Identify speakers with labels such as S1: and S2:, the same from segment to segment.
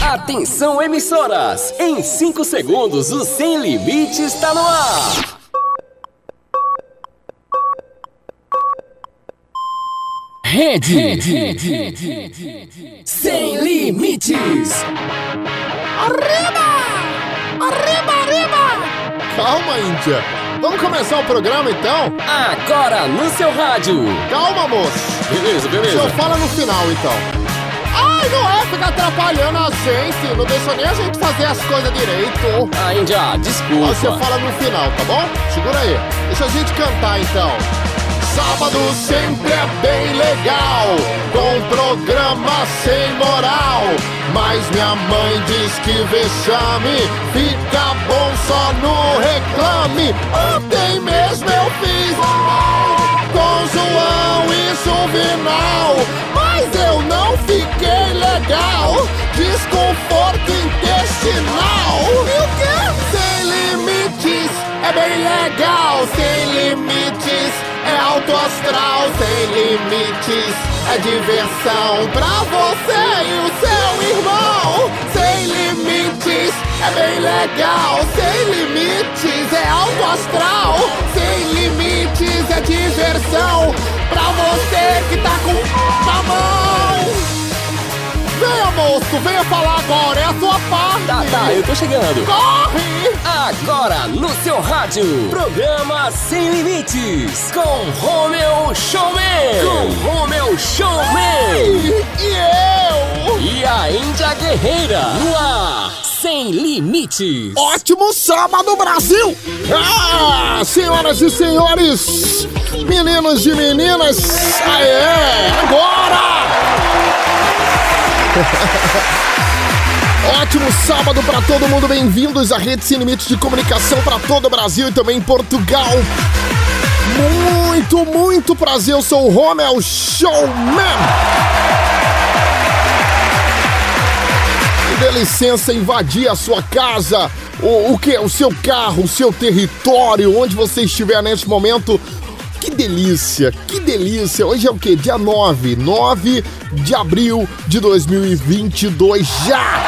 S1: Atenção, emissoras! Em 5 segundos, o Sem Limite está no ar! Rede Sem Limites!
S2: Arriba! Arriba, arriba!
S3: Calma, Índia. Vamos começar o programa, então?
S1: Agora no seu rádio!
S3: Calma, moço.
S1: Beleza.
S3: O senhor fala no final, então. Ai, não é ficar atrapalhando a gente. Não deixa nem a gente fazer as coisas direito.
S1: Ah, Índia, desculpa.
S3: Você fala no final, tá bom? Segura aí. Deixa a gente cantar, então. Sábado sempre é bem legal, com programa sem moral. Mas minha mãe diz que vexame fica bom só no reclame. Ontem mesmo eu fiz com João e Juvenal, mas eu não fiquei legal. Desconforto intestinal. E o quê? Sem limites é bem legal. Sem limites é alto astral. Sem limites é diversão pra você e o seu irmão. Sem limites é bem legal. Sem limites é alto astral. Sem limites é diversão pra você que tá com na mão. Venha, moço, venha falar agora, é a sua parte.
S1: Tá, eu tô chegando.
S3: Corre!
S1: Agora no seu rádio, programa Sem Limites, com Romeu Showman.
S3: E eu?
S1: E a Índia Guerreira, no ar, Sem Limites.
S3: Ótimo sábado, Brasil! Ah, senhoras e senhores, meninos e meninas, aê, agora! Ótimo sábado pra todo mundo, bem-vindos à Rede Sem Limites de Comunicação pra todo o Brasil e também em Portugal. Muito prazer, eu sou o Romeu Showman. E dê licença invadir a sua casa, o seu carro, o seu território, onde você estiver neste momento. Que delícia, que delícia. Hoje é o quê? Dia 9 de abril de 2022 já.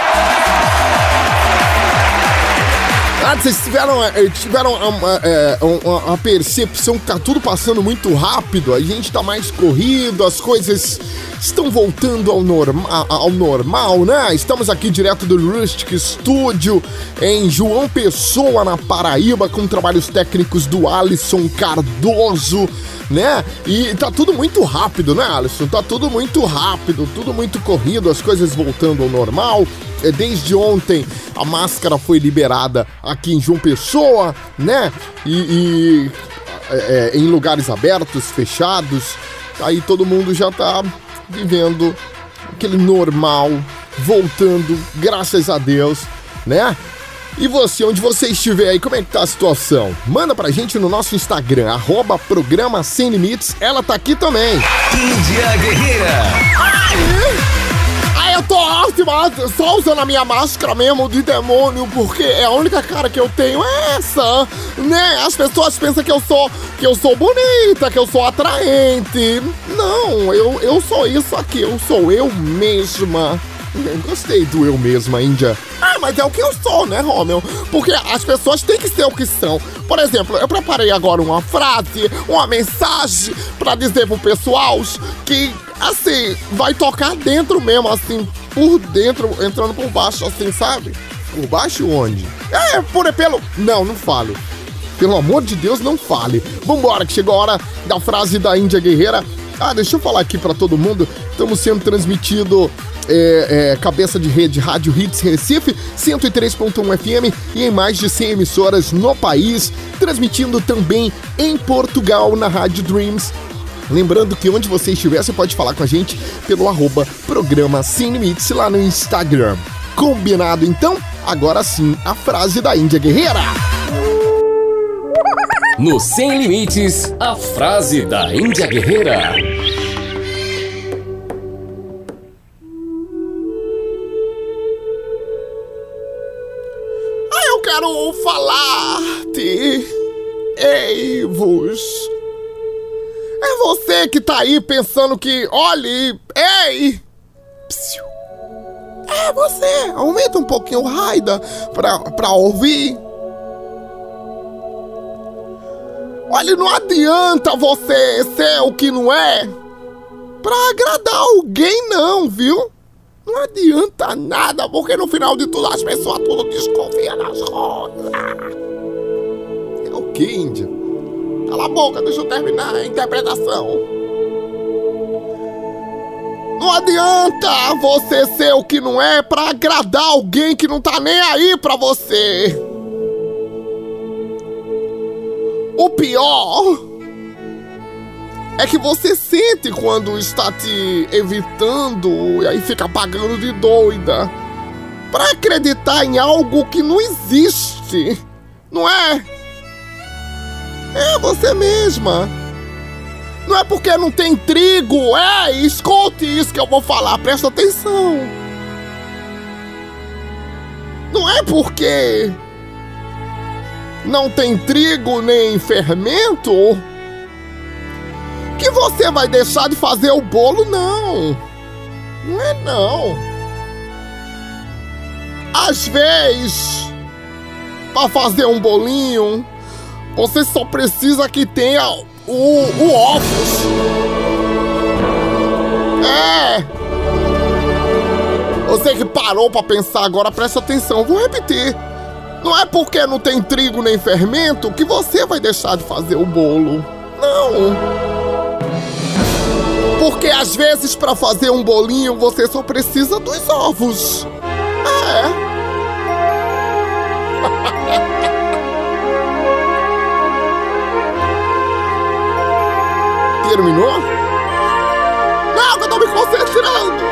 S3: Vocês tiveram uma percepção que tá tudo passando muito rápido, a gente tá mais corrido, as coisas estão voltando ao normal, né? Estamos aqui direto do Rustic Studio em João Pessoa, na Paraíba, com trabalhos técnicos do Alisson Cardoso, né? E tá tudo muito rápido, né, Alisson? Tá tudo muito rápido, tudo muito corrido, as coisas voltando ao normal. Desde ontem a máscara foi liberada aqui em João Pessoa, né? E em lugares abertos, fechados, aí todo mundo já tá vivendo aquele normal, voltando, graças a Deus, né? E você, onde você estiver aí, como é que tá a situação? Manda pra gente no nosso Instagram, @programa Sem Limites, ela tá aqui também.
S1: Índia Guerreira.
S3: Eu tô ótima, só usando a minha máscara mesmo de demônio, porque é a única cara que eu tenho é essa, né? As pessoas pensam que eu sou bonita, que eu sou atraente. Não, eu sou isso aqui, eu sou eu mesma. Gostei do eu mesma, Índia. Mas é o que eu sou, né, Romeu? Porque as pessoas têm que ser o que são. Por exemplo, eu preparei agora uma frase, uma mensagem pra dizer pro pessoal que, assim, vai tocar dentro mesmo, assim, por dentro, entrando por baixo, assim, sabe? Por baixo onde? Não fale. Pelo amor de Deus, não fale. Vambora, que chegou a hora da frase da Índia Guerreira. Deixa eu falar aqui pra todo mundo. Estamos sendo transmitido cabeça de rede Rádio Hits Recife, 103.1 FM e em mais de 100 emissoras no país, transmitindo também em Portugal na Rádio Dreams. Lembrando que onde você estiver, você pode falar com a gente pelo @programa Sem Limites lá no Instagram. Combinado então? Agora sim, a frase da Índia Guerreira.
S1: No Sem Limites, a frase da Índia Guerreira.
S3: Eu quero falar-te, ei-vos. É você que tá aí pensando que, olhe, ei, psiu. É você, aumenta um pouquinho o raida pra ouvir. Olha, não adianta você ser o que não é pra agradar alguém não, viu? Não adianta nada, porque no final de tudo as pessoas tudo desconfiam das coisas. É o que, Índia? Cala a boca, deixa eu terminar a interpretação. Não adianta você ser o que não é pra agradar alguém que não tá nem aí pra você. O pior é que você sente quando está te evitando e aí fica pagando de doida pra acreditar em algo que não existe, não é? É você mesma. Não é porque não tem trigo, escute isso que eu vou falar, presta atenção. Não é porque não tem trigo nem fermento que você vai deixar de fazer o bolo, não. Não é não. Às vezes, para fazer um bolinho, você só precisa que tenha o ovos. Você que parou pra pensar agora, presta atenção, vou repetir. Não é porque não tem trigo nem fermento que você vai deixar de fazer o bolo. Não. Porque às vezes pra fazer um bolinho você só precisa dos ovos. Terminou? Não, que eu tô me concentrando.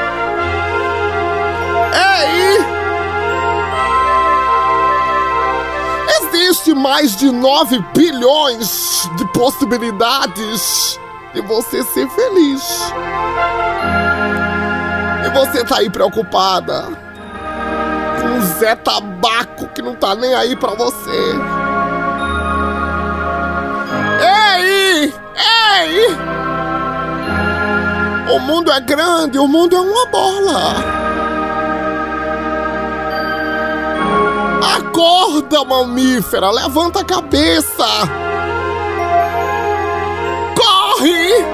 S3: Existe mais de 9 bilhões de possibilidades de você ser feliz. E você tá aí preocupada com o Zé Tabaco que não tá nem aí pra você. Ei! O mundo é grande, o mundo é uma bola. Acorda, mamífera, levanta a cabeça. Corre!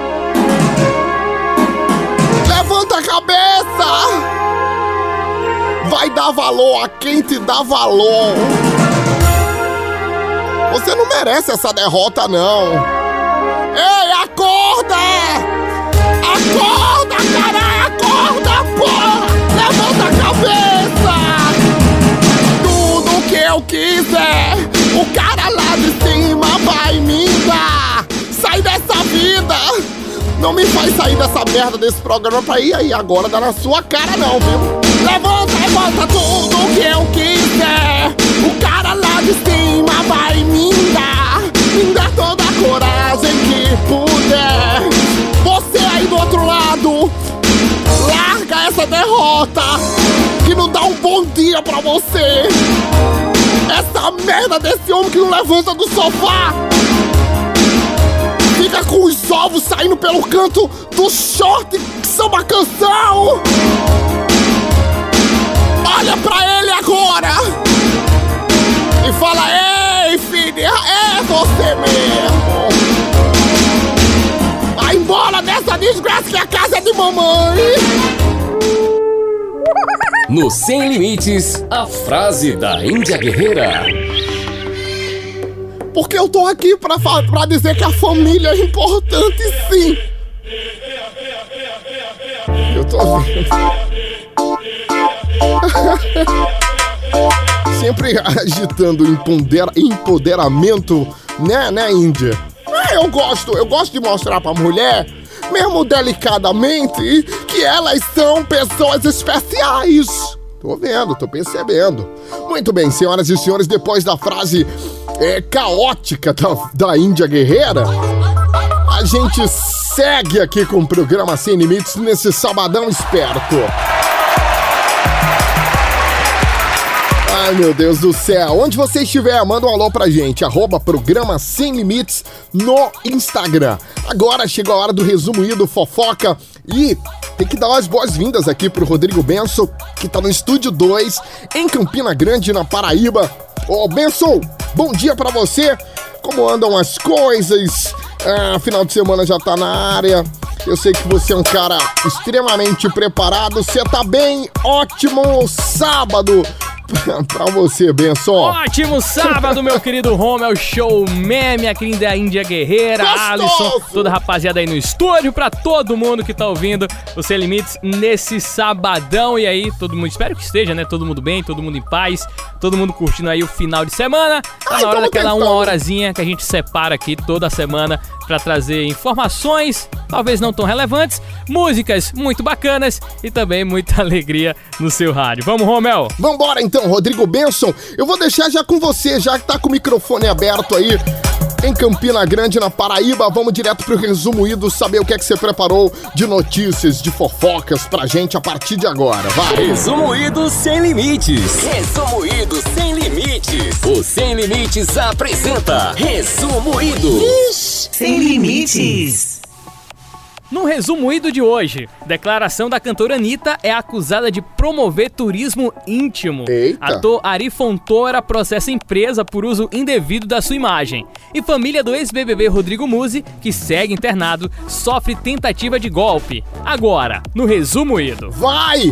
S3: Levanta a cabeça. Vai dar valor a quem te dá valor. Você não merece essa derrota, não. Ei, acorda! Acorda, caralho! Acorda, porra! Levanta a cabeça! Tudo que eu quiser, o cara lá de cima vai me dar! Sai dessa vida! Não me faz sair dessa merda desse programa pra ir aí agora dar na sua cara, não, viu? Levanta tudo que eu quiser! O cara lá de cima vai me dar toda a coragem que puder. Você aí do outro lado, larga essa derrota que não dá um bom dia pra você. Essa merda desse homem que não levanta do sofá, fica com os ovos saindo pelo canto do short samba canção. Olha pra ele agora e fala: ei, filha, é você mesmo. Vai embora dessa desgraça que a casa é de mamãe.
S1: No Sem Limites, a frase da Índia Guerreira.
S3: Porque eu tô aqui pra dizer que a família é importante, sim. Eu tô vendo. Sempre agitando empoderamento, né, Índia? Eu gosto de mostrar pra mulher, mesmo delicadamente, que elas são pessoas especiais. Tô vendo, tô percebendo. Muito bem, senhoras e senhores, depois da frase caótica da Índia Guerreira, a gente segue aqui com o programa Sem Limites nesse sabadão esperto. Ai, meu Deus do céu. Onde você estiver, manda um alô pra gente. @programa Sem Limites no Instagram. Agora chegou a hora do resumo do fofoca E tem que dar as boas-vindas aqui pro Rodrigo Benson, que tá no Estúdio 2, em Campina Grande, na Paraíba. Ô, Benson, bom dia pra você. Como andam as coisas? Final de semana já tá na área. Eu sei que você é um cara extremamente preparado. Você tá bem? Ótimo sábado pra você, Benson.
S4: Ótimo sábado, meu querido Romel, showman, minha querida Índia Guerreira,
S3: Gostoso.
S4: Alisson, toda a rapaziada aí no estúdio, pra todo mundo que tá ouvindo o Sem Limites nesse sabadão. E aí, todo mundo, espero que esteja, né? Todo mundo bem, todo mundo em paz, todo mundo curtindo aí o final de semana. Tá na hora daquela uma horazinha que a gente separa aqui toda semana pra trazer informações, talvez não tão relevantes, músicas muito bacanas e também muita alegria no seu rádio. Vamos, Romel?
S3: Vambora então, Rodrigo Benson. Eu vou deixar já com você, já que tá com o microfone aberto aí em Campina Grande, na Paraíba. Vamos direto pro resumo ido, saber o que é que você preparou de notícias, de fofocas pra gente a partir de agora. Vai!
S1: Resumo ido Sem Limites. Resumo ido Sem Limites. O Sem Limites apresenta Resumo ido.
S5: Sem Limites.
S4: No resumo ido de hoje, declaração da cantora Anitta é acusada de promover turismo íntimo.
S3: Eita.
S4: Ator Ari Fontoura processa empresa por uso indevido da sua imagem. E família do ex-BBB Rodrigo Mussi, que segue internado, sofre tentativa de golpe. Agora, no resumo ido.
S3: Vai!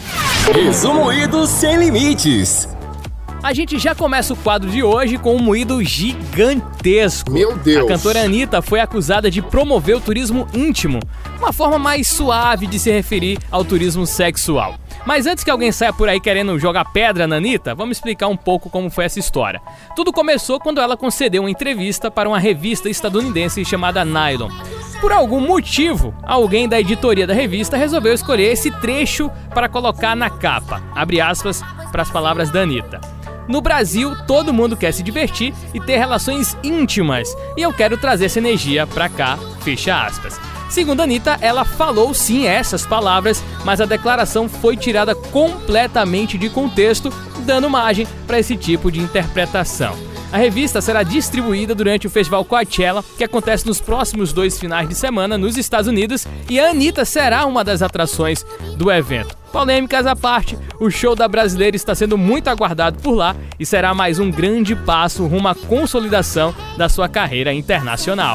S1: Resumo ido Sem Limites.
S4: A gente já começa o quadro de hoje com um moído gigantesco.
S3: Meu Deus.
S4: A cantora Anitta foi acusada de promover o turismo íntimo, uma forma mais suave de se referir ao turismo sexual. Mas antes que alguém saia por aí querendo jogar pedra na Anitta, vamos explicar um pouco como foi essa história. Tudo começou quando ela concedeu uma entrevista para uma revista estadunidense chamada Nylon. Por algum motivo, alguém da editoria da revista resolveu escolher esse trecho para colocar na capa, abre aspas, para as palavras da Anitta. No Brasil, todo mundo quer se divertir e ter relações íntimas, e eu quero trazer essa energia pra cá, fecha aspas. Segundo a Anitta, ela falou sim essas palavras, mas a declaração foi tirada completamente de contexto, dando margem para esse tipo de interpretação. A revista será distribuída durante o Festival Coachella, que acontece nos próximos 2 finais de semana nos Estados Unidos, e a Anitta será uma das atrações do evento. Polêmicas à parte, o show da brasileira está sendo muito aguardado por lá e será mais um grande passo rumo à consolidação da sua carreira internacional.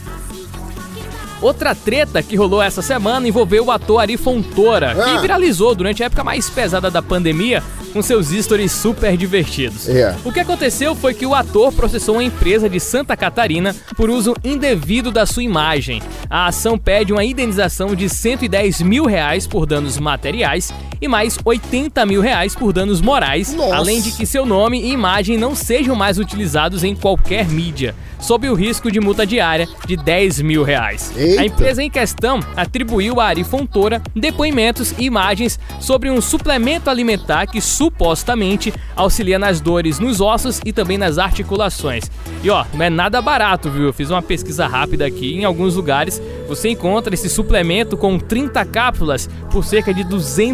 S4: Outra treta que rolou essa semana envolveu o ator Ari Fontoura, que viralizou durante a época mais pesada da pandemia com seus stories super divertidos. O que aconteceu foi que o ator processou uma empresa de Santa Catarina por uso indevido da sua imagem. A ação pede uma indenização de R$110 mil por danos materiais e mais R$80 mil por danos morais, além de que seu nome e imagem não sejam mais utilizados em qualquer mídia, sob o risco de multa diária de R$10 mil. A empresa em questão atribuiu a Ari Fontoura depoimentos e imagens sobre um suplemento alimentar que supostamente auxilia nas dores nos ossos e também nas articulações. E ó, não é nada barato, viu? Eu fiz uma pesquisa rápida aqui, em alguns lugares você encontra esse suplemento com 30 cápsulas por cerca de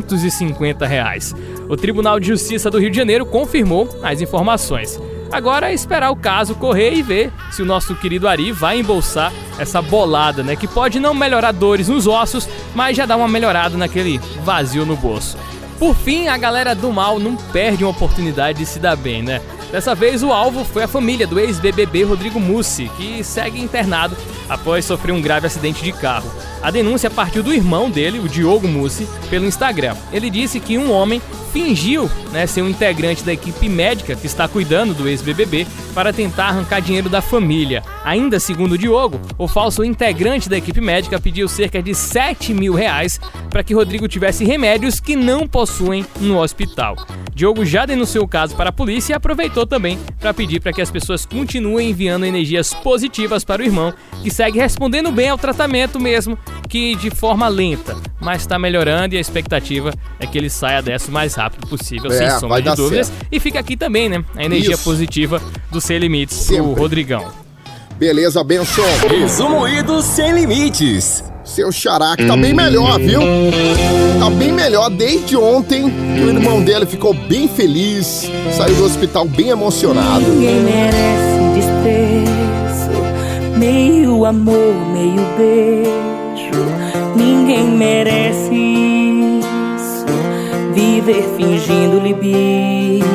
S4: R$250. O Tribunal de Justiça do Rio de Janeiro confirmou as informações. Agora é esperar o caso correr e ver se o nosso querido Ari vai embolsar essa bolada, né? Que pode não melhorar dores nos ossos, mas já dá uma melhorada naquele vazio no bolso. Por fim, a galera do mal não perde uma oportunidade de se dar bem, né? Dessa vez o alvo foi a família do ex-BBB Rodrigo Mussi, que segue internado após sofrer um grave acidente de carro. A denúncia partiu do irmão dele, o Diogo Mussi, pelo Instagram. Ele disse que um homem fingiu, ser um integrante da equipe médica que está cuidando do ex-BBB para tentar arrancar dinheiro da família. Ainda segundo o Diogo, o falso integrante da equipe médica pediu cerca de R$7 mil para que Rodrigo tivesse remédios que não possuem no hospital. Diogo já denunciou o caso para a polícia e aproveitou também para pedir para que as pessoas continuem enviando energias positivas para o irmão, que segue respondendo bem ao tratamento mesmo, que de forma lenta, mas está melhorando e a expectativa é que ele saia dessa o mais rápido possível, sem sombra de dúvidas. Certo. E fica aqui também, a energia positiva do Sem Limites pro Rodrigão.
S3: Beleza, Benson.
S1: Resumo ido Sem Limites.
S3: Seu xará que tá bem melhor, viu? Tá bem melhor desde ontem, que o irmão dele ficou bem feliz, saiu do hospital bem emocionado.
S5: Ninguém merece desprezo, meio amor, meio beijo. Ninguém merece isso, viver fingindo libido.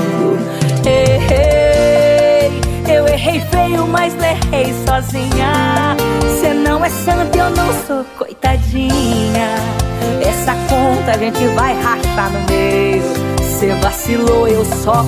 S5: Errei, eu errei feio, mas não errei sozinha. Cê não é santa, eu não sou coitadinha. Essa conta a gente vai rachar no meio. Cê vacilou, eu só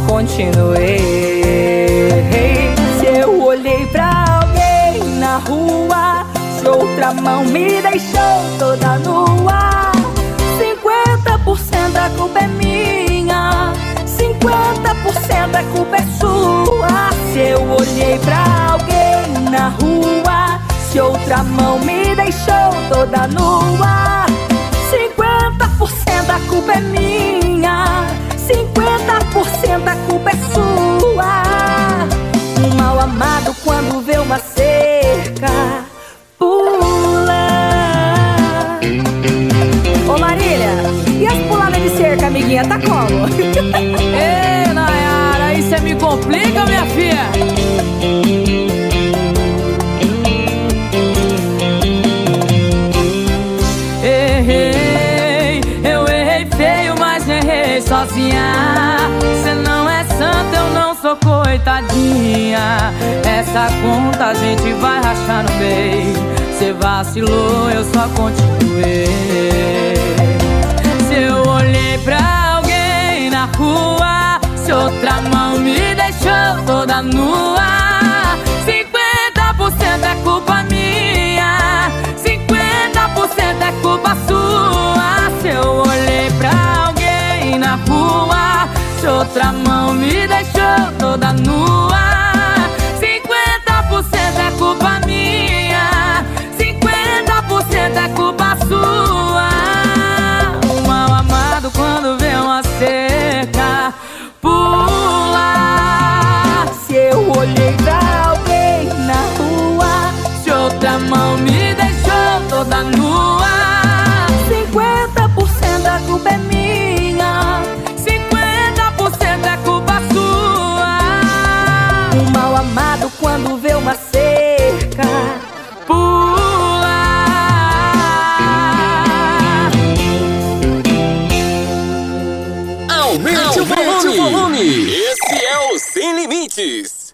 S5: continuei. Se eu olhei pra alguém na rua, se outra mão me deixou toda nua, 50% a culpa é minha, 50% a culpa é sua. Se eu olhei pra alguém na rua, se outra mão me deixou toda nua, 50% a culpa é minha, 50% a culpa é sua. Um mal amado quando vê uma cerca pula. Ô Marília, e as puladas de cerca, amiguinha, tá como?
S4: Ei, Nayara, aí cê me complica, minha filha. Errei, eu errei feio, mas não errei sozinha. Cê não é santa, eu não sou coitadinha. Essa conta a gente vai rachar no meio. Cê vacilou, eu só continuei. Se eu olhei pra alguém na rua, se outra mão me deixou toda nua, 50% é culpa minha, 50% é culpa sua. Se eu olhei pra alguém na rua, se outra mão me deixou toda nua, 50% é culpa minha, 50% é culpa sua. Um mal amado quando vê uma cerca pula.
S5: Se eu olhei pra alguém na rua,
S4: se outra mão me deixou toda nua,
S5: 50% a culpa é minha,
S4: 50% é culpa sua.
S5: um mal amado quando vê uma cerca
S4: Pula.
S1: Aumente o volume. Esse é o Sem Limites.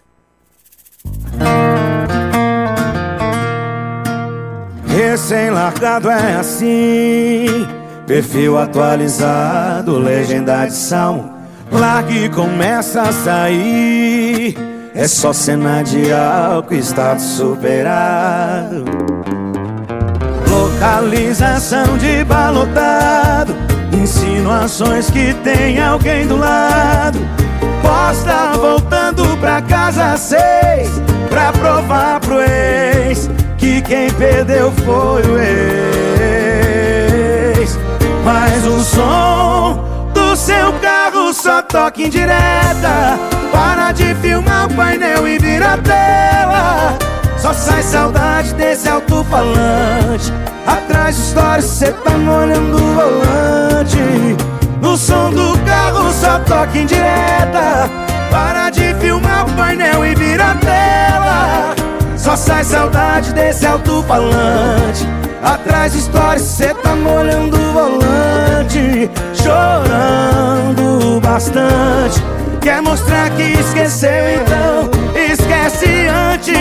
S6: Recém-largado é assim, perfil atualizado, legenda de salmo. Largue e começa a sair, é só cena de álcool, status superado. Localização de balotado, insinuações que tem alguém do lado. Posta voltando pra casa às 6, pra provar pro ex que quem perdeu foi o ex. Mas o som do seu carro só toca em direta. Para de filmar o painel e vira a tela. Só sai saudade desse alto-falante. Atrás do stories cê tá molhando o volante. O som do carro só toca em direta. Para de filmar o painel e vira a tela. Só sai saudade desse alto-falante. Atrás do stories cê tá molhando o volante. Chorando bastante. Quer mostrar que esqueceu, então esquece antes.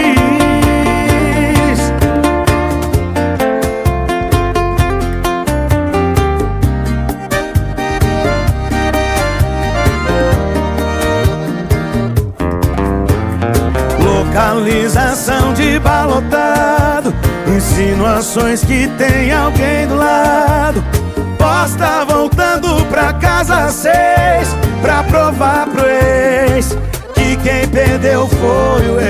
S6: Localização de balotado, insinuações que tem alguém do lado. Posta voltando pra casa às 6, pra provar pro ex que quem perdeu foi o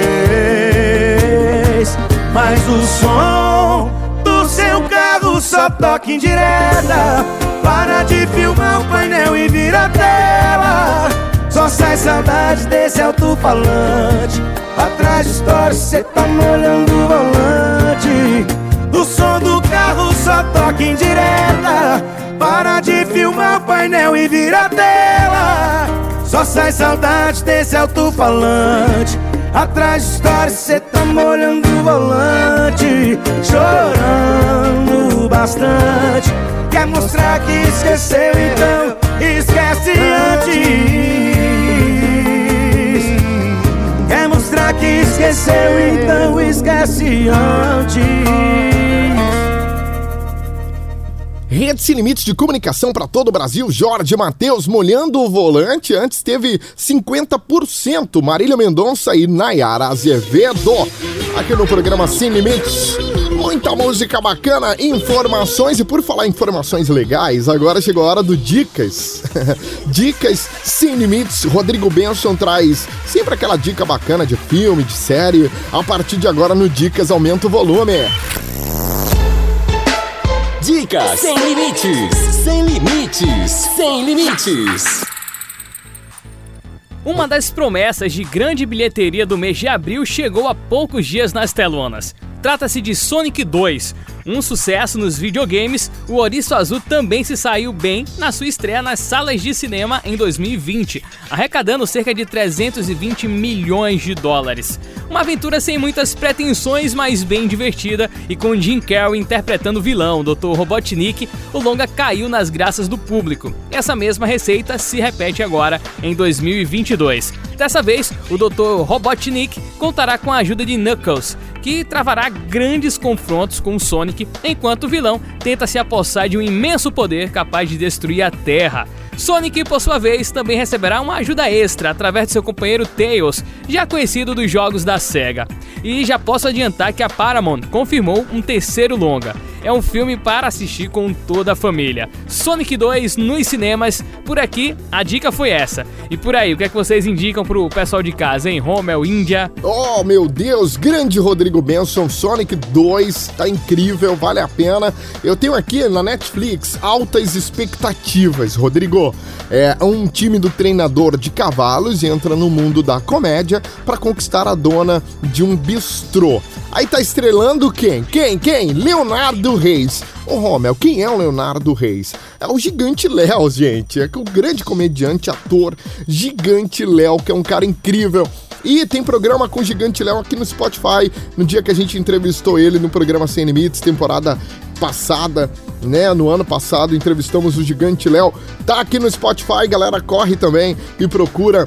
S6: ex. Mas o som do seu carro só toca em direta. Para de filmar o painel e vira a tela. Só sai saudade desse alto-falante. Atrás de stories cê tá molhando o volante. O som do carro só toca em direta. Para de filmar o painel e vira a tela. Só sai saudade desse alto-falante. Atrás de stories cê tá molhando o volante. Chorando o bastante. Quer mostrar que esqueceu, então esquece antes. Quer mostrar que esqueceu, então esquece antes.
S3: Rede Sem Limites de comunicação para todo o Brasil. Jorge Mateus molhando o volante. Antes teve 50%. Marília Mendonça e Nayara Azevedo. Aqui no programa Sem Limites. Muita música bacana, informações. E por falar em informações legais, agora chegou a hora do Dicas. Dicas Sem Limites. Rodrigo Benson traz sempre aquela dica bacana de filme, de série. A partir de agora no Dicas aumenta o volume.
S1: Dicas Sem Limites, Sem Limites, Sem Limites.
S4: Uma das promessas de grande bilheteria do mês de abril chegou há poucos dias nas telonas. Trata-se de Sonic 2. Um sucesso nos videogames, o Ouriço Azul também se saiu bem na sua estreia nas salas de cinema em 2020, arrecadando cerca de 320 milhões de dólares. Uma aventura sem muitas pretensões, mas bem divertida, e com Jim Carrey interpretando o vilão, Dr. Robotnik, o longa caiu nas graças do público. Essa mesma receita se repete agora em 2022. Dessa vez, o Dr. Robotnik contará com a ajuda de Knuckles, que travará grandes confrontos com o Sonic, enquanto o vilão tenta se apossar de um imenso poder capaz de destruir a Terra. Sonic, por sua vez, também receberá uma ajuda extra através de seu companheiro Tails, já conhecido dos jogos da SEGA. E já posso adiantar que a Paramount confirmou um terceiro longa. É um filme para assistir com toda a família. Sonic 2 nos cinemas. Por aqui, a dica foi essa. E por aí, o que é que vocês indicam pro pessoal de casa, hein? Rommel, Índia?
S3: Oh, meu Deus! Grande Rodrigo Benson, Sonic 2, tá incrível, vale a pena. Eu tenho aqui na Netflix altas expectativas, Rodrigo. É um time do treinador de cavalos entra no mundo da comédia para conquistar a dona de um bistrô. Aí tá estrelando quem? Quem? Leonardo Reis. Ô Rommel, quem é o Leonardo Reis? É o Gigante Léo, gente. É o grande comediante, ator Gigante Léo, que é um cara incrível. E tem programa com o Gigante Léo aqui no Spotify, no dia que a gente entrevistou ele no programa Sem Limites, temporada passada, né? No ano passado entrevistamos o Gigante Léo. Tá aqui no Spotify, galera, corre também e procura.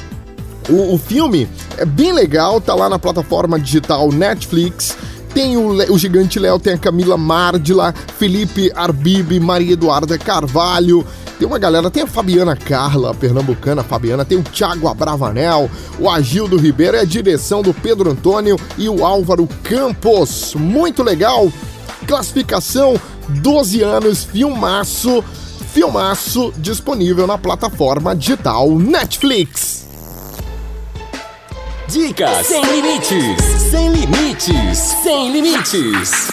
S3: O filme é bem legal, tá lá na plataforma digital Netflix. Tem o Gigante Léo, tem a Camila Mardila, Felipe Arbib, Maria Eduarda Carvalho. Tem uma galera, tem a Fabiana Carla, pernambucana Fabiana, tem o Thiago Abravanel, o Agildo Ribeiro, é a direção do Pedro Antônio e o Álvaro Campos. Muito legal, classificação 12 anos, filmaço disponível na plataforma digital Netflix.
S1: Dicas Sem Limites, Sem Limites, Sem Limites.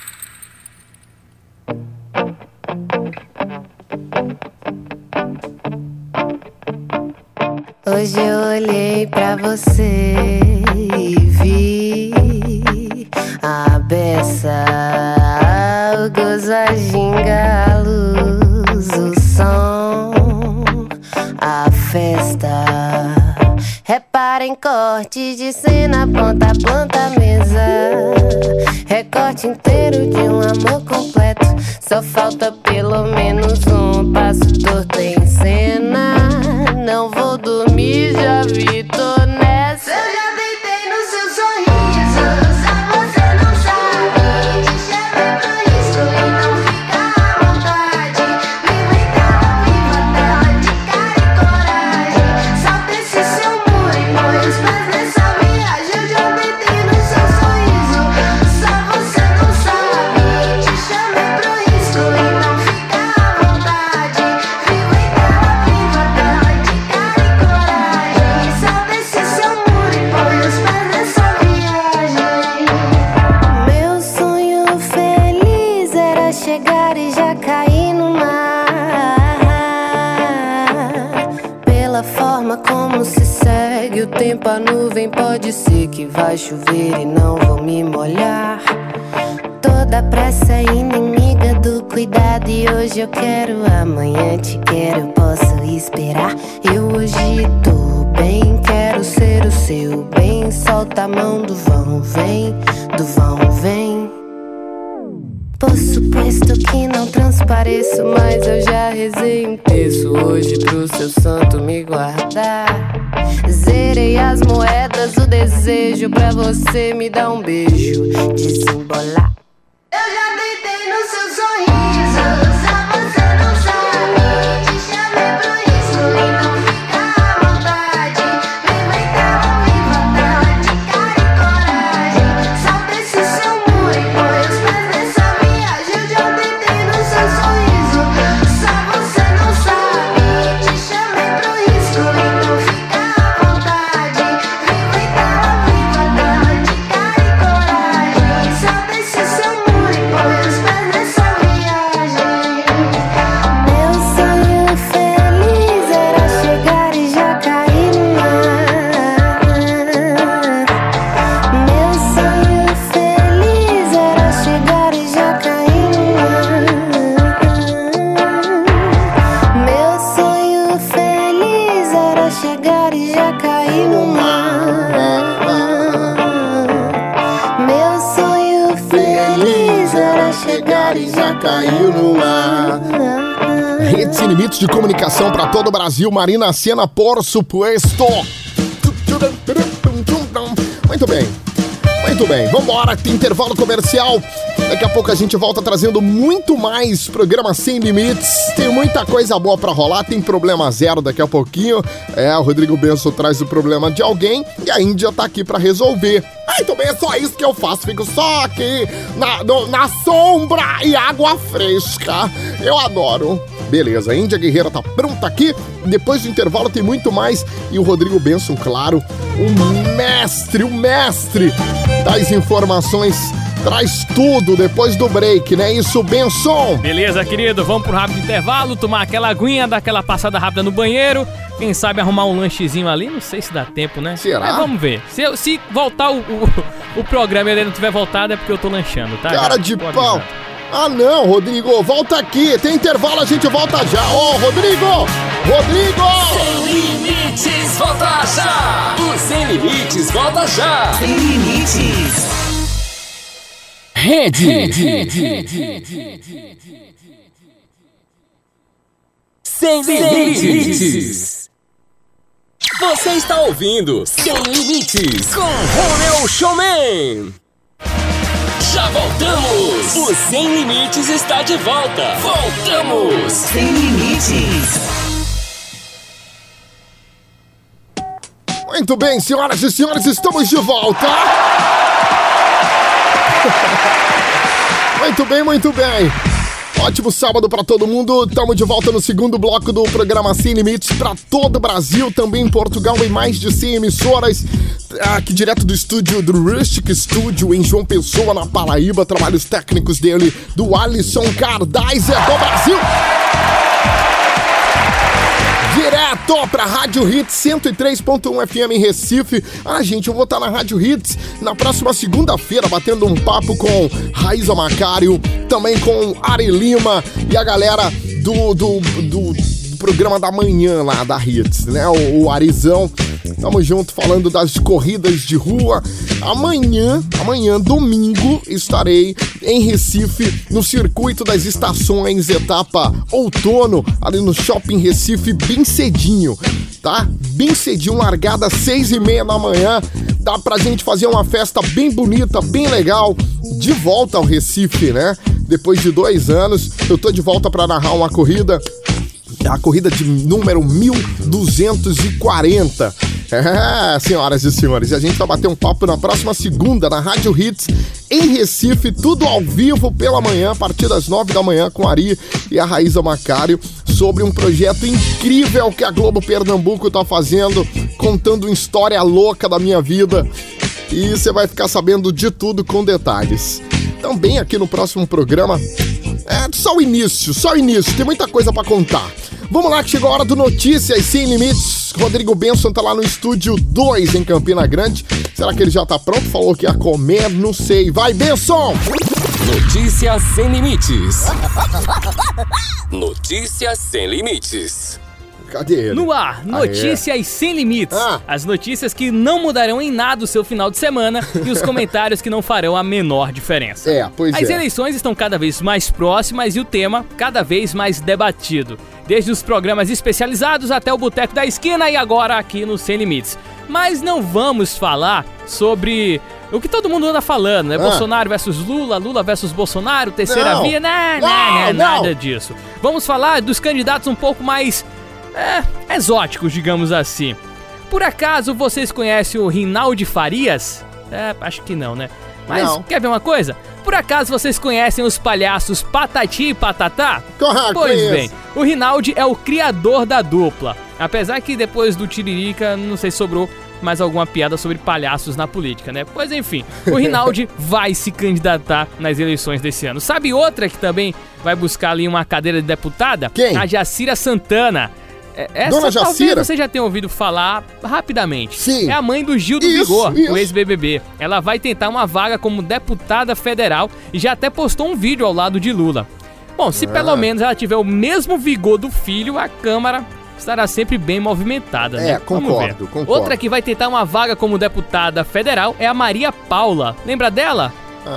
S7: Hoje eu olhei pra você e vi a beça, o gozo, a ginga, a luz, o som, a festa. Repara em corte de cena, ponta a planta, mesa. Recorte inteiro de um amor completo. Só falta pelo menos um passo torto em cena. Não vou dormir, já vi, tô nessa. Eu já deitei no seu sorriso, só você não sabe. Te chamei pra isso e não fica à vontade. Viva em tela, viva tela, de cara e coragem. Salta esse seu muro e põe os pés nessa viagem. Eu já deitei no seu sorriso, só você não sabe. Te chamei pra isso e não fica à vontade. Viva em tela, viva tela, de cara e coragem. Salta esse seu muro e põe os pés nessa viagem. Meu sonho feliz era chegar e já cair no mar. Pela forma como se segue o tempo, a nuvem pode ser que vai chover e não vou me molhar. Toda pressa é inimiga do cuidado e hoje eu quero, amanhã te quero, eu posso esperar. Eu hoje tô bem, quero ser o seu bem. Solta a mão do vão, vem, do vão, vem. Por suposto que não transpareço, mas eu já rezei um terço hoje pro seu santo me guardar. Zerei as moedas, o desejo pra você me dar um beijo, desembolar. Eu já deitei no seu sorriso, só você não sabe. Te chamei pro risco e não fica à vontade. Viva então, viva tela de cara e coragem. Salta esse seu muro e põe os pés nessa viagem. Eu já deitei no seu sorriso, só você não sabe. Te chamei pro risco e não fica à vontade. Viva então, viva tela de cara e coragem. Salta esse seu muro e põe os pés nessa viagem. Meu sonho feliz era chegar e já cair no mar. Meu sonho feliz era chegar e já cair no mar. Meu sonho feliz era chegar e já cair no mar. Meu sonho feliz era chegar e já caiu no mar.
S3: Redes sem limites de comunicação pra todo o Brasil. Marina Sena, por supuesto. Muito bem. Muito bem, vambora, tem intervalo comercial. Daqui a pouco a gente volta trazendo muito mais programa Sem Limites. Tem muita coisa boa pra rolar, tem problema zero daqui a pouquinho. O Rodrigo Benson traz o problema de alguém e a Índia tá aqui pra resolver. Então bem, é só isso que eu faço, fico só aqui na sombra e água fresca. Eu adoro. Beleza, a Índia Guerreira tá pronta aqui. Depois do intervalo tem muito mais. E o Rodrigo Benson, claro, o mestre das informações, traz tudo depois do break, né? Isso, Benson?
S4: Beleza, querido, vamos pro rápido intervalo, tomar aquela aguinha, dar aquela passada rápida no banheiro. Quem sabe arrumar um lanchezinho ali, não sei se dá tempo, né?
S3: Será?
S4: Mas vamos ver. Se voltar o programa e ele não tiver voltado, é porque eu tô lanchando, tá?
S3: Cara de pau. Ah não, Rodrigo, volta aqui. Tem intervalo, a gente volta já. Ô, Rodrigo!
S1: Sem Limites, volta já! O Sem Limites, volta já!
S5: Sem Limites.
S1: Rede. Sem Limites. Você está ouvindo Sem Limites com Romeu Showman. Já voltamos! O Sem Limites está de volta! Voltamos!
S5: Sem Limites.
S3: Muito bem, senhoras e senhores, estamos de volta! Muito bem! Ótimo sábado pra todo mundo, estamos de volta no segundo bloco do programa Sem Limites pra todo o Brasil, também em Portugal, em mais de 100 emissoras, aqui direto do estúdio do Rustic Studio em João Pessoa, na Paraíba, trabalhos técnicos dele, do Alisson Cardaiser do Brasil. Direto pra Rádio Hits 103.1 FM em Recife. Gente, eu vou estar na Rádio Hits na próxima segunda-feira, batendo um papo com Raíza Macário, também com Ari Lima e a galera do programa da manhã lá da Hits, né? O Arizão. Tamo junto falando das corridas de rua. Amanhã, domingo, estarei em Recife, no Circuito das Estações, etapa outono, ali no Shopping Recife, bem cedinho, tá? Bem cedinho, largada às 6h30 da manhã. Dá pra gente fazer uma festa bem bonita, bem legal. De volta ao Recife, né? Depois de 2 anos, eu tô de volta pra narrar uma corrida. A corrida de número 1240. Senhoras e senhores, e a gente vai bater um papo na próxima segunda na Rádio Hits em Recife, tudo ao vivo pela manhã, a partir das 9 da manhã, com a Ari e a Raíza Macário, sobre um projeto incrível que a Globo Pernambuco tá fazendo, contando uma história louca da minha vida, e você vai ficar sabendo de tudo com detalhes. Também aqui no próximo programa, só o início, tem muita coisa pra contar. Vamos lá que chegou a hora do Notícias Sem Limites. Rodrigo Benson tá lá no Estúdio 2 em Campina Grande. Será que ele já tá pronto? Falou que ia comer, não sei. Vai, Benson!
S1: Notícias Sem Limites. Notícias Sem Limites.
S3: Cadê ele?
S4: No ar, notícias sem limites. As notícias que não mudarão em nada o seu final de semana e os comentários que não farão a menor diferença. As eleições estão cada vez mais próximas e o tema cada vez mais debatido. Desde os programas especializados até o Boteco da Esquina e agora aqui no Sem Limites. Mas não vamos falar sobre o que todo mundo anda falando, né? Bolsonaro versus Lula, Lula versus Bolsonaro, terceira via, nada disso. Vamos falar dos candidatos um pouco mais exóticos, digamos assim. Por acaso vocês conhecem o Rinaldi Farias? Acho que não, né? Mas não. Quer ver uma coisa? Por acaso vocês conhecem os palhaços Patati e Patatá? Pois bem, o Rinaldi é o criador da dupla. Apesar que depois do Tiririca, não sei se sobrou mais alguma piada sobre palhaços na política, né? Pois enfim, o Rinaldi vai se candidatar nas eleições desse ano. Sabe outra que também vai buscar ali uma cadeira de deputada?
S3: Quem?
S4: A Jacira Santana. Essa
S3: Dona Jacira?
S4: Talvez você já tenha ouvido falar rapidamente.
S3: Sim.
S4: É a mãe do Gil do Vigor, o ex-BBB. Ela vai tentar uma vaga como deputada federal e já até postou um vídeo ao lado de Lula. Bom, se pelo menos ela tiver o mesmo vigor do filho, a Câmara estará sempre bem movimentada, né?
S3: Concordo.
S4: Outra que vai tentar uma vaga como deputada federal é a Maria Paula. Lembra dela?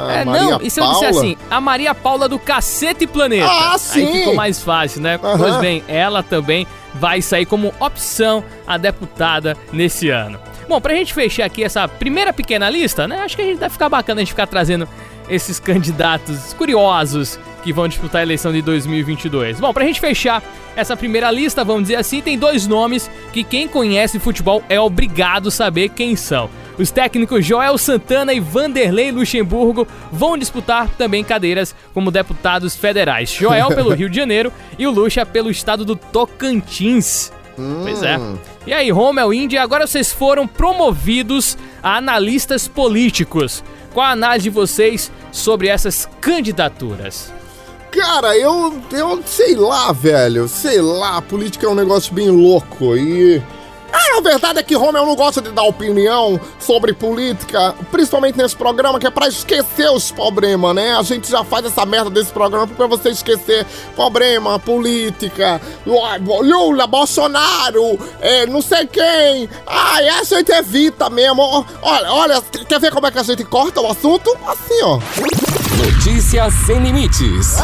S4: E se eu disser assim, a Maria Paula do Cacete Planeta?
S3: Sim!
S4: Aí ficou mais fácil, né? Pois bem, ela também vai sair como opção a deputada nesse ano. Bom, pra gente fechar aqui essa primeira pequena lista, né? Acho que a gente vai ficar bacana a gente ficar trazendo esses candidatos curiosos que vão disputar a eleição de 2022. Bom, pra gente fechar essa primeira lista, vamos dizer assim, tem dois nomes que quem conhece futebol é obrigado a saber quem são. Os técnicos Joel Santana e Vanderlei Luxemburgo vão disputar também cadeiras como deputados federais. Joel pelo Rio de Janeiro e o Luxa pelo estado do Tocantins. Pois é. E aí, Rommel, Índia, agora vocês foram promovidos a analistas políticos. Qual a análise de vocês sobre essas candidaturas?
S3: Cara, eu sei lá, velho. Sei lá, política é um negócio bem louco e... a verdade é que Rommel não gosta de dar opinião sobre política, principalmente nesse programa, que é pra esquecer os problemas, né? A gente já faz essa merda desse programa pra você esquecer problema, política, Lula, Bolsonaro, não sei quem. A gente evita mesmo. Olha, quer ver como é que a gente corta o assunto? Assim, ó.
S1: Notícias sem limites.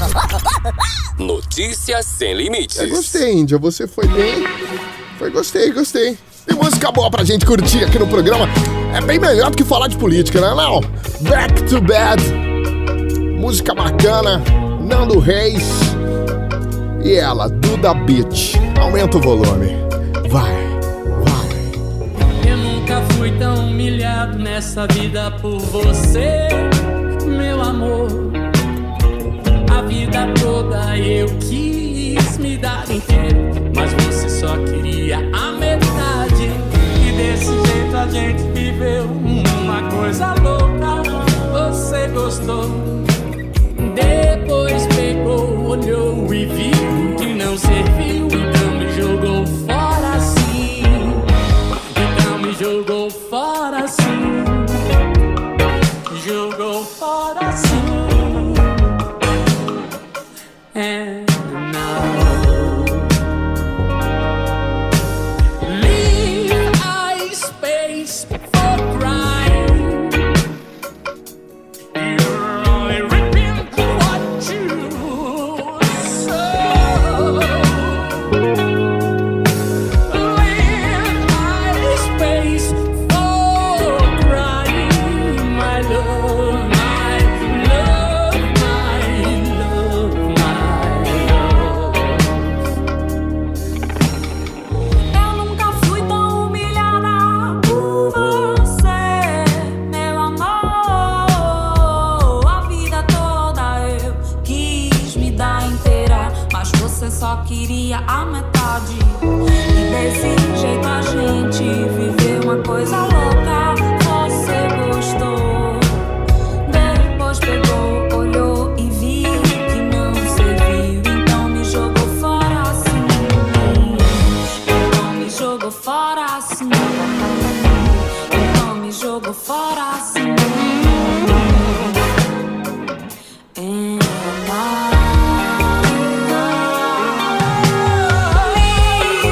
S1: Notícias sem limites.
S3: Gostei, Índia, você foi bem... Gostei. Tem música boa pra gente curtir aqui no programa. É bem melhor do que falar de política, né, não? Back to Bad. Música bacana. Nando Reis. E ela, Duda Beat. Aumenta o volume. Vai.
S8: Eu nunca fui tão humilhado nessa vida por você, meu amor. A vida toda eu quis me dar inteiro, mas você só queria a metade. E desse jeito a gente viveu uma coisa louca. Você gostou, depois pegou, olhou e viu que não serviu. Então me jogou fora assim. Jogou fora assim. Jogou fora assim. And now leave I space for crying. You're only reaping what you sow. Leave I space for crying, my love, my love, my love, my love.
S5: Eu nunca fui tão humilhada por você, meu amor. A vida toda eu quis me dar inteira, mas você só queria a metade. E desse jeito a gente viveu uma coisa louca. Você gostou, depois pegou, olhou e viu que não serviu. Então me jogou fora assim. Então me jogou fora assim. Então me jogou fora assim. And I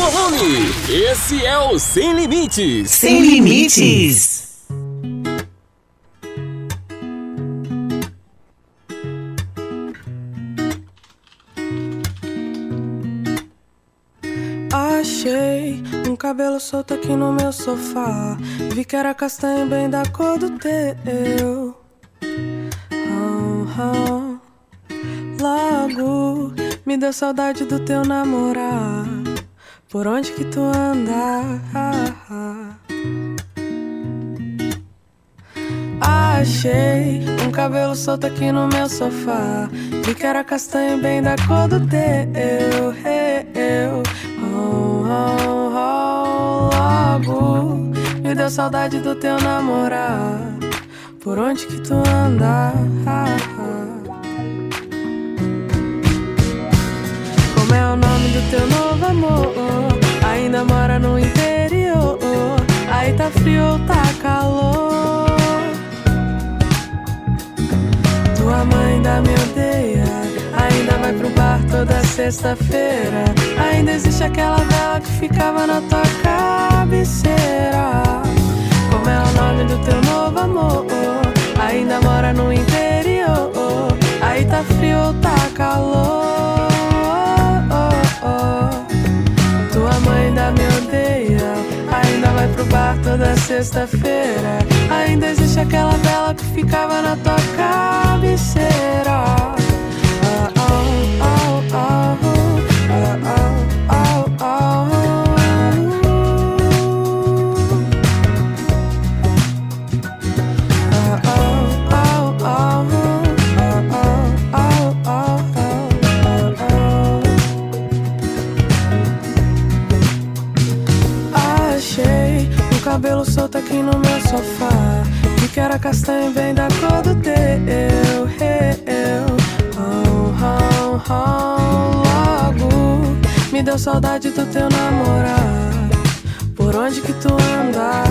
S1: volume. Esse é o Sem Limites.
S9: Sem Limites.
S10: Achei um cabelo solto aqui no meu sofá. Vi que era castanho bem da cor do teu. Logo me deu saudade do teu namorar. Por onde que tu anda? Achei um cabelo solto aqui no meu sofá. Vi que era castanho bem da cor do teu. Logo me deu saudade do teu namorar. Por onde que tu anda? Como é o nome do teu novo amor? Ainda mora no interior. Aí tá frio ou tá calor? Tua mãe ainda me odeia. Ainda vai pro bar toda sexta-feira. Ainda existe aquela vela que ficava na tua cabeceira. Como é o nome do teu novo amor? Ainda mora no interior. Aí tá frio ou tá calor? Tua mãe ainda me odeia. Ainda vai pro bar toda sexta-feira. Ainda existe aquela vela que ficava na tua cabeceira. Achei um cabelo solto aqui no meu sofá. Vi que era castanho bem da cor do teu. Logo me deu saudade do teu namorar. Por onde que tu anda?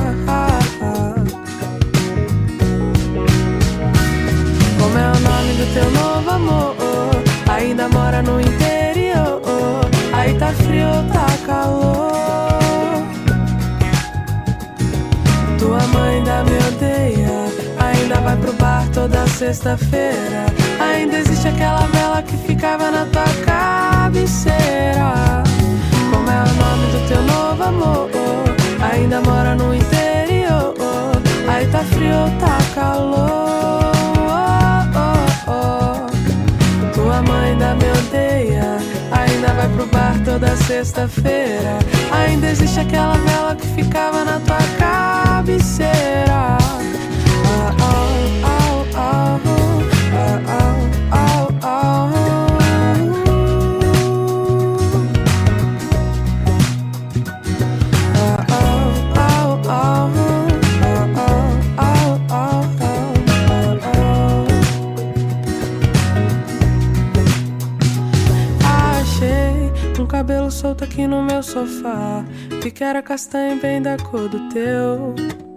S10: Como é o nome do teu novo amor? Ainda mora no interior. Aí tá frio ou tá calor? Tua mãe ainda me odeia. Ainda vai pro bar toda sexta-feira. Ainda existe aquela vela que ficava na tua cabeceira. Como é o nome do teu novo amor? Ainda mora no interior. Aí tá frio ou tá calor? Tua mãe ainda me odeia. Ainda vai pro bar toda sexta-feira. Ainda existe aquela vela que ficava na tua cabeceira. Achei um cabelo solto aqui no meu sofá. Vi que era castanho bem da cor do teu.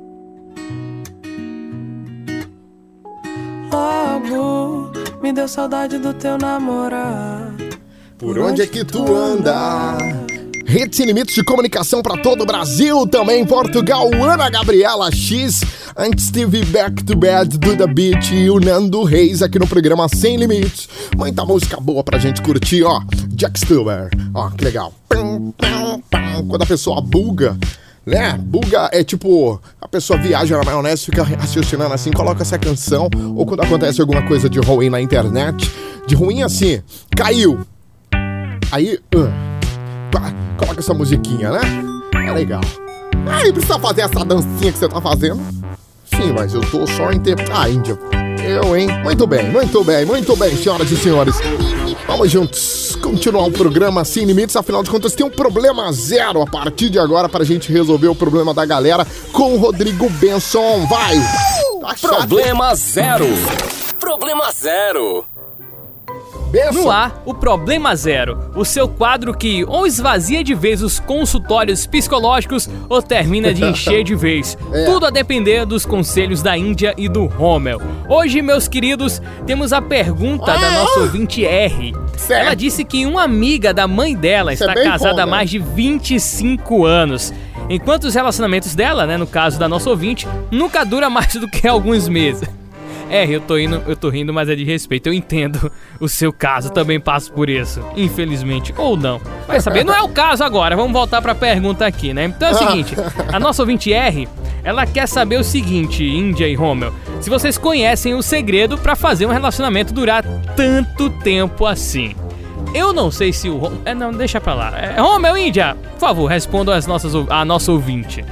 S10: Logo me deu saudade do teu namorar.
S3: Por onde é que tu anda? Rede Sem Limites de comunicação pra todo o Brasil, também em Portugal, Ana Gabriela X, antes teve Back to Bed, do The Beat e o Nando Reis aqui no programa Sem Limites. Muita música boa pra gente curtir, ó. Jack Stewart, ó, que legal. Quando a pessoa buga, né? Buga é tipo, a pessoa viaja na maionese, fica raciocinando assim, coloca essa canção, ou quando acontece alguma coisa de ruim na internet, de ruim assim, caiu. Aí, coloca essa musiquinha, né? É legal. Aí precisa fazer essa dancinha que você tá fazendo. Sim, mas eu tô só Índia. Eu, hein? Muito bem, senhoras e senhores. Vamos juntos continuar o programa Sem Limites. Afinal de contas, tem um problema zero a partir de agora pra gente resolver o problema da galera com o Rodrigo Benson. Vai!
S1: Problema zero. Problema zero.
S3: Benção.
S4: No ar, o Problema Zero, o seu quadro que ou esvazia de vez os consultórios psicológicos ou termina de encher de vez. Tudo a depender dos conselhos da Índia e do Rommel. Hoje, meus queridos, temos a pergunta da nossa ouvinte R. Certo. Ela disse que uma amiga da mãe dela está casada há mais de 25 anos. Enquanto os relacionamentos dela, no caso da nossa ouvinte, nunca dura mais do que alguns meses. Eu tô rindo, mas é de respeito. Eu entendo o seu caso, também passo por isso. Infelizmente, ou não. Vai saber, não é o caso agora. Vamos voltar pra pergunta aqui, né? Então é o seguinte, a nossa ouvinte R, ela quer saber o seguinte, Índia e Rommel. Se vocês conhecem o segredo pra fazer um relacionamento durar tanto tempo assim. Eu não sei se o... não, deixa pra lá. Rommel, Índia, por favor, respondam a nossa ouvinte.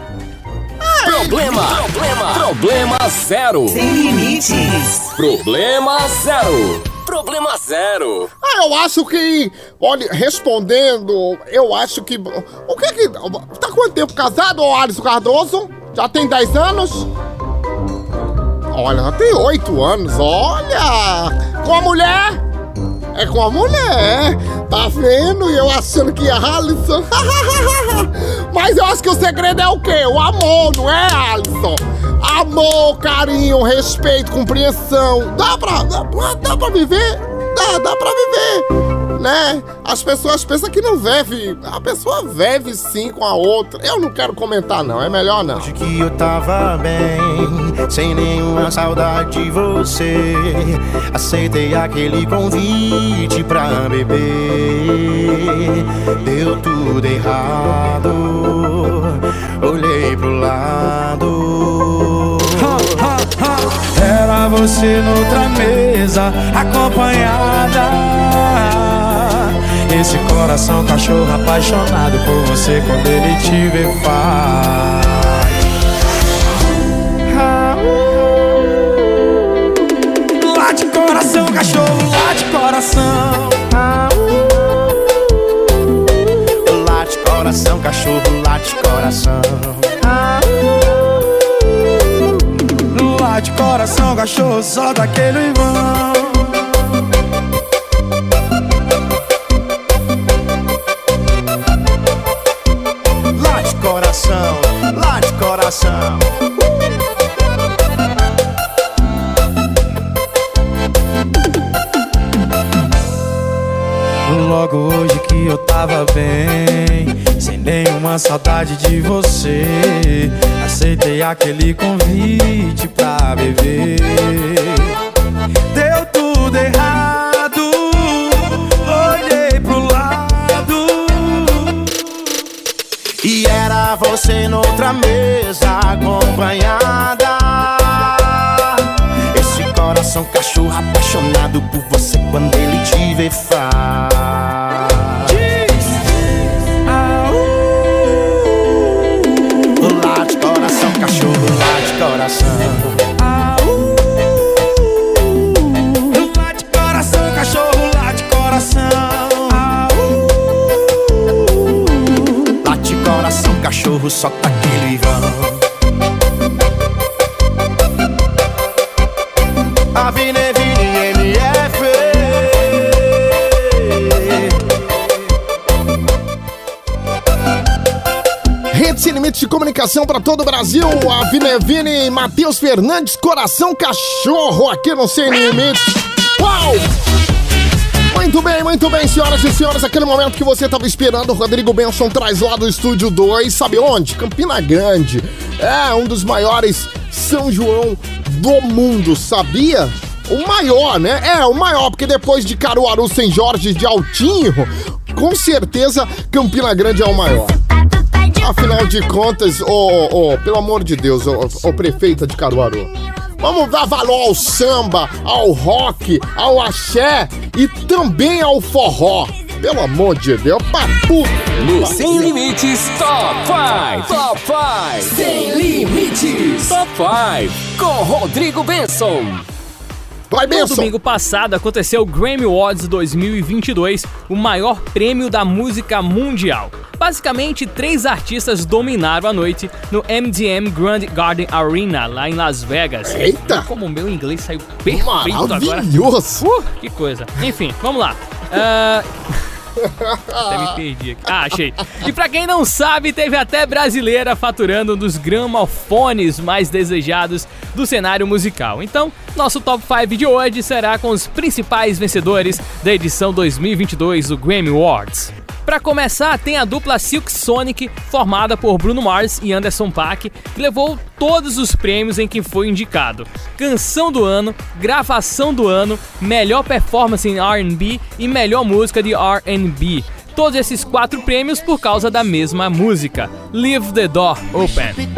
S1: Problema zero.
S9: Sem limites.
S1: Problema zero. Problema zero.
S3: Eu acho que... Olha, respondendo, eu acho que... O que que... Tá quanto tempo casado, Alisson Cardoso? Já tem 10 anos? Olha, já tem 8 anos, olha! Com a mulher? É com a mulher, tá vendo? E eu achando que é Alisson. Mas eu acho que o segredo é o quê? O amor, não é, Alisson? Amor, carinho, respeito, compreensão. Dá pra viver? Dá pra viver, né? As pessoas pensam que não vive. A pessoa vive sim com a outra. Eu não quero comentar não, é melhor não.
S6: Hoje que eu tava bem, sem nenhuma saudade de você, aceitei aquele convite pra beber. Deu tudo errado, olhei pro lado. Era você noutra mesa, acompanhada. Esse coração cachorro apaixonado por você quando ele te vê faz. Late coração, cachorro, late coração. Late coração, cachorro, late coração. Late coração, cachorro, solta aquele vão. Late coração. Logo hoje que eu tava bem, sem nenhuma saudade de você, aceitei aquele convite pra beber. Deu tudo errado, olhei pro lado e era você noutra mesa, acompanhada. Esse coração cachorro apaixonado por você quando ele te vê faz. Late coração, cachorro, late coração. Late coração, cachorro, late coração. Late coração, cachorro, solta aquele vão. Avine, MF.
S3: Rede Sem Limites de comunicação para todo o Brasil. Avine, Matheus Fernandes, coração cachorro aqui no Sem Limites. Uau! Muito bem, senhoras e senhores. Aquele momento que você estava esperando, o Rodrigo Benson traz lá do Estúdio 2. Sabe onde? Campina Grande. É um dos maiores São João do mundo, sabia? O maior, né? O maior, porque depois de Caruaru, São Jorge, de Altinho, com certeza Campina Grande é o maior. Afinal de contas, pelo amor de Deus, prefeita de Caruaru, vamos dar valor ao samba, ao rock, ao axé e também ao forró. Pelo amor de Deus, papo!
S1: No Sem Limites Top 5. Top 5. Sem Limites Top 5 com Rodrigo Benson.
S3: No
S4: domingo passado aconteceu o Grammy Awards 2022, o maior prêmio da música mundial. Basicamente, 3 artistas dominaram a noite no MGM Grand Garden Arena, lá em Las Vegas.
S3: Eita!
S4: Como o meu inglês saiu perfeito
S3: maravilhoso.
S4: agora. Que coisa. Enfim, vamos lá. Até me perdi aqui. Achei. E pra quem não sabe, teve até brasileira faturando um dos gramofones mais desejados do cenário musical. Então, nosso Top 5 de hoje será com os principais vencedores da edição 2022 do Grammy Awards. Pra começar, tem a dupla Silk Sonic, formada por Bruno Mars e Anderson .Paak, que levou todos os prêmios em que foi indicado: Canção do Ano, Gravação do Ano, Melhor Performance em R&B e Melhor Música de R&B. Todos esses 4 prêmios por causa da mesma música, Leave the Door Open.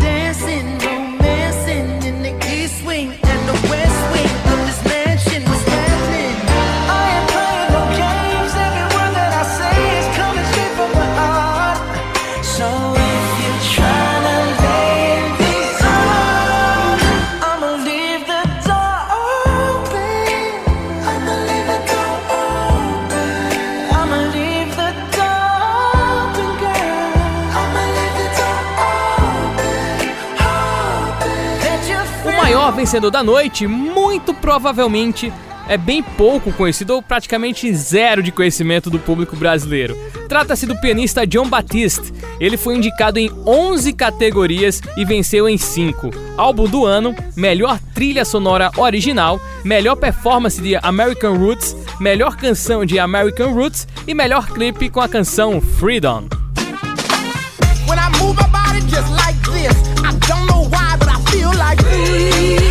S4: O vencedor da noite, muito provavelmente, é bem pouco conhecido ou praticamente zero de conhecimento do público brasileiro. Trata-se do pianista Jon Batiste. Ele foi indicado em 11 categorias e venceu em 5. Álbum do Ano, Melhor Trilha Sonora Original, Melhor Performance de American Roots, Melhor Canção de American Roots e Melhor Clipe com a canção Freedom. When I move my body just like this, I don't know why, but I feel like freedom.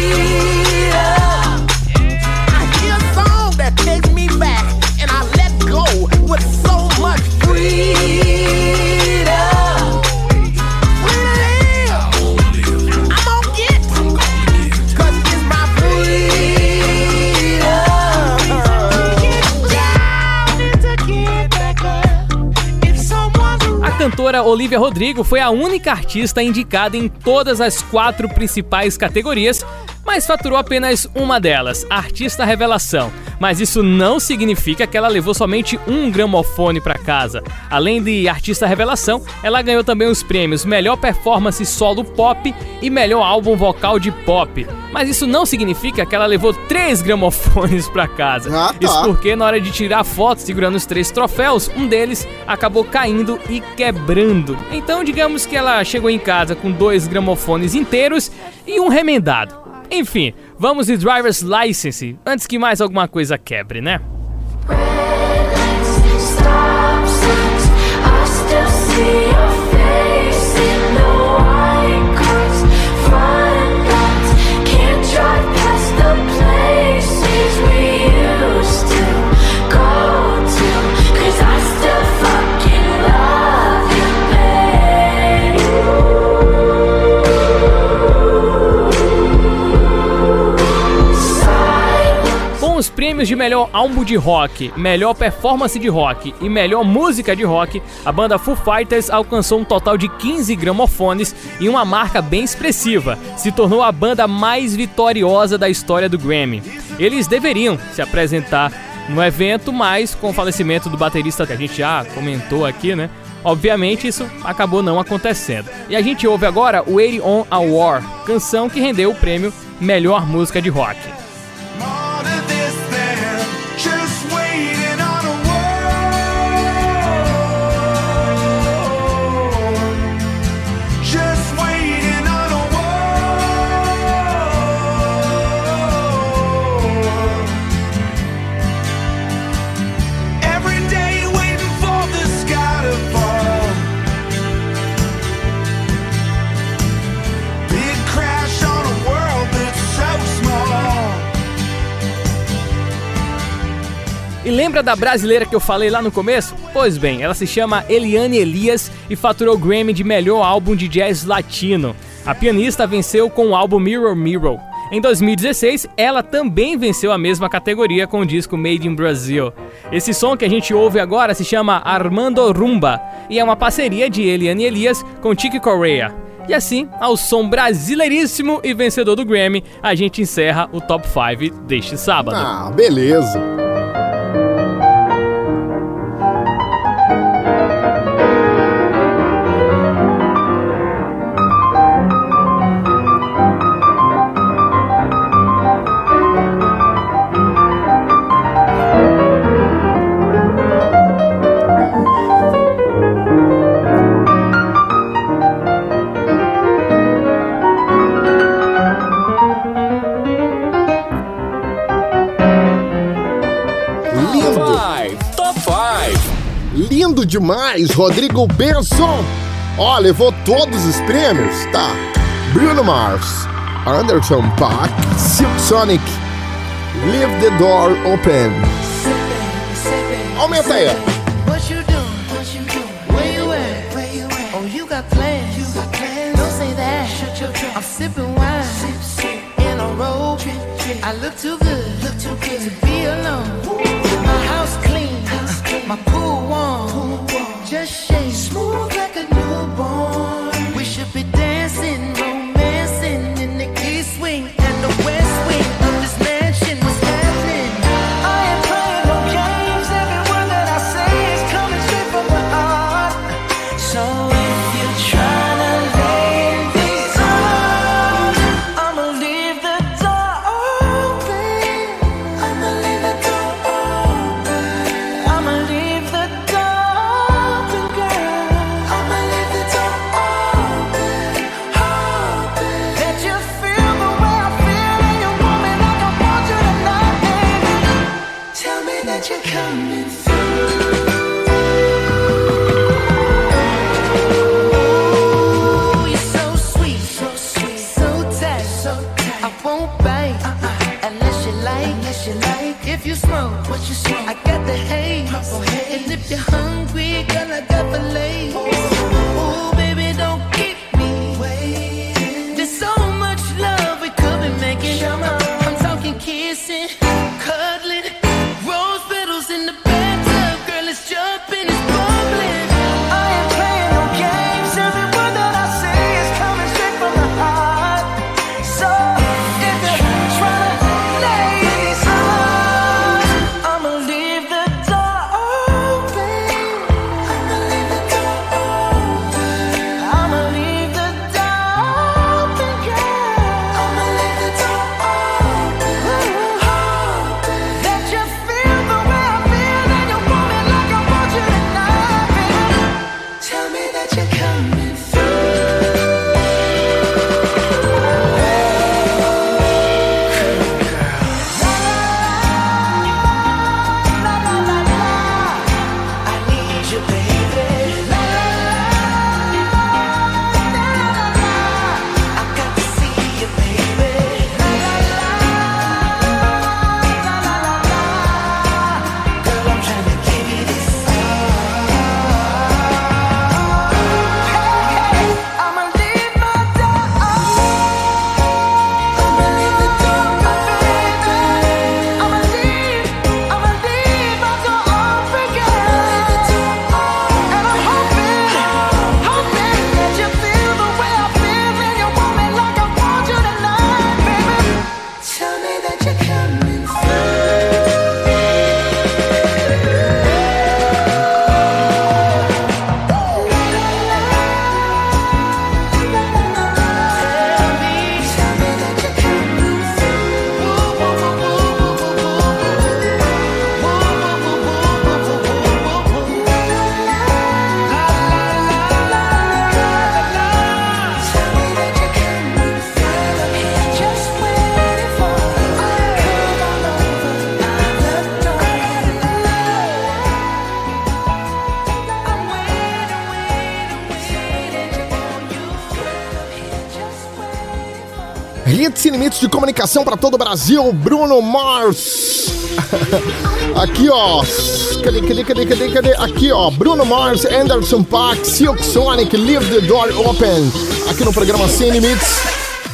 S4: I hear a song that takes me back, and I let go with so much freedom. Freedom, I'm gonna get, 'cause it's my freedom. To get back up, if someone's... A cantora Olivia Rodrigo foi a única artista indicada em todas as 4 principais categorias, mas faturou apenas uma delas, Artista Revelação. Mas isso não significa que ela levou somente um gramofone para casa. Além de Artista Revelação, ela ganhou também os prêmios Melhor Performance Solo Pop e Melhor Álbum Vocal de Pop. Mas isso não significa que ela levou 3 gramofones para casa. Isso porque na hora de tirar fotos segurando os 3 troféus, um deles acabou caindo e quebrando. Então digamos que ela chegou em casa com 2 gramofones inteiros e um remendado. Enfim, vamos de Driver's License, antes que mais alguma coisa quebre, né? Os prêmios de melhor álbum de rock, melhor performance de rock e melhor música de rock, a banda Foo Fighters alcançou um total de 15 gramofones e uma marca bem expressiva. Se tornou a banda mais vitoriosa da história do Grammy. Eles deveriam se apresentar no evento, mas com o falecimento do baterista que a gente já comentou aqui, né? Obviamente isso acabou não acontecendo. E a gente ouve agora o 80 On a War, canção que rendeu o prêmio Melhor Música de Rock. E lembra da brasileira que eu falei lá no começo? Pois bem, ela se chama Eliane Elias e faturou o Grammy de melhor álbum de jazz latino. A pianista venceu com o álbum Mirror Mirror. Em 2016, ela também venceu a mesma categoria com o disco Made in Brazil. Esse som que a gente ouve agora se chama Armando Rumba e é uma parceria de Eliane Elias com Chick Corea. E assim, ao som brasileiríssimo e vencedor do Grammy, a gente encerra o Top 5 deste sábado.
S3: Ah, beleza. Lindo demais, Rodrigo Benson. Ó, levou todos os prêmios, tá? Bruno Mars, Anderson .Paak, Silk Sonic, Leave the Door Open. Aumenta aí.
S10: What you doing? Where you at? Oh, you got plans. Don't say that. I'm sipping wine in a robe. I look too good to be alone. My house clean, my pool warm. Just shake smooth like a newborn. We should be dancing, romancing in the east wing and the west wing of this mansion. What's happening? I ain't playing no games. Every word that I say is coming straight from the heart. So if you're trying to lay in these arms, I'ma leave the door open. I'ma leave the door open. I'ma leave the door open, girl. I'ma leave the door open, open. Let you feel the way I feel, and you want me like I want you tonight, baby. Tell me that you're coming through. Ooh, you're so sweet, so tight. I won't bite unless you like. If you smoke, what you smoke? I got the haze. And if you're hungry, girl, I got fillets. Ooh, baby, don't keep me waiting. There's so much love we could be making. I'm talking kissing, cuddling, rose petals in the bathtub. Girl, it's jumping, it's bubbling. I ain't playing no games. Every word that I say is coming straight from the heart. So if you're trying to lay in these arms, I'ma leave the door open. I'ma leave the door open. I'ma leave the door open, girl. I'ma leave the door open, open. Let you feel the way I feel, and you want me like I want you tonight, baby. Tell me that you're coming through. I need you, baby. I got to see you, baby. Girl, I'm trying to give you this I'ma leave my door open. I'ma leave the door open. I'ma leave my door open, girl. And I'm hoping that you feel the way I feel, and you want me like I want you tonight, baby. Tell me that you're coming
S3: Hits Sem Limites de comunicação para todo o Brasil, Bruno Mars. Aqui, ó. Cadê? Aqui, ó. Bruno Mars, Anderson .Paak, Silk Sonic, Leave the Door Open. Aqui no programa Sem Limites.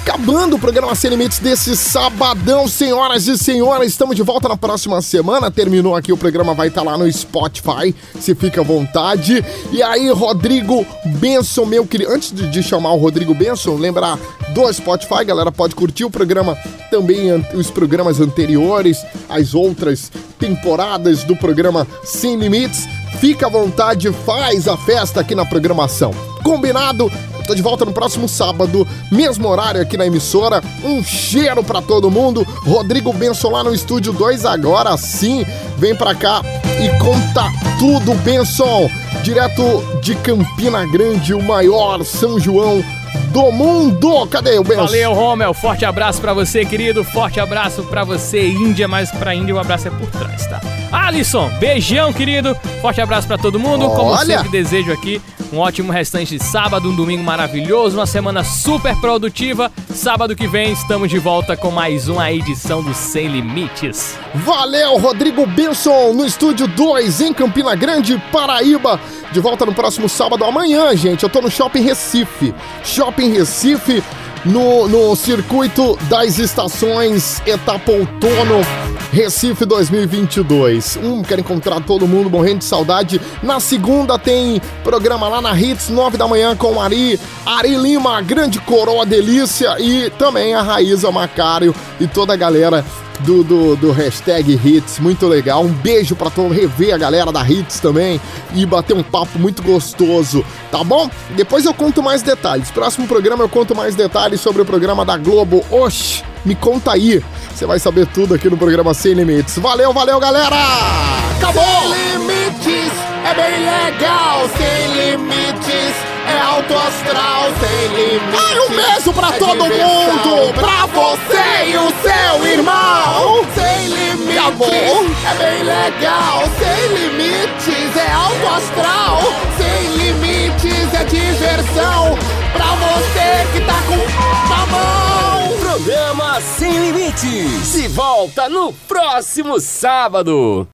S3: acabando o programa Sem Limites desse sabadão, senhoras e senhores. Estamos de volta na próxima semana. Terminou aqui, o programa vai estar lá no Spotify, se fica à vontade. E aí, Rodrigo Benson, meu querido. Antes de chamar o Rodrigo Benson, lembrar do Spotify, galera, pode curtir o programa também, os programas anteriores, as outras temporadas do programa Sem Limites. Fica à vontade, faz a festa aqui na programação. Combinado? Tô de volta no próximo sábado, mesmo horário aqui na emissora. Um cheiro pra todo mundo. Rodrigo Benson lá no Estúdio 2, agora sim. Vem pra cá e conta tudo, Benson. Direto de Campina Grande, o maior São João do mundo. Cadê o Benson?
S4: Valeu, Romel. Forte abraço pra você, querido. Forte abraço pra você, Índia. Mas pra Índia o abraço é por trás, tá? Alisson, beijão, querido. Forte abraço pra todo mundo. Como sempre, desejo aqui um ótimo restante de sábado, um domingo maravilhoso, uma semana super produtiva. Sábado que vem estamos de volta com mais uma edição do Sem Limites.
S3: Valeu, Rodrigo Benson, no Estúdio 2, em Campina Grande, Paraíba. De volta no próximo sábado. Amanhã, gente, eu tô no Shopping Recife. Shopping Recife, no circuito das estações Etapa Outono Recife 2022. Quero encontrar todo mundo, morrendo de saudade. Na segunda tem programa lá na Hits, 9 da manhã, com Ari Lima, grande coroa delícia, e também a Raíza Macário e toda a galera do hashtag Hits, muito legal. Um beijo pra todo, rever a galera da Hits também e bater um papo muito gostoso, tá bom? Depois eu conto mais detalhes. Próximo programa eu conto mais detalhes sobre o programa da Globo. Oxi, me conta aí. Você vai saber tudo aqui no programa Sem Limites. Valeu, galera! Acabou!
S2: Sem limites é bem legal. Sem limites é alto astral. Sem limites.
S3: Ai, um beijo pra todo mundo!
S2: Pra você e o seu irmão. Sem limites é bem legal. Sem limites é alto astral. Sem limites é diversão. Pra você que tá com a mão.
S1: Programa Sem Limites. Se volta no próximo sábado.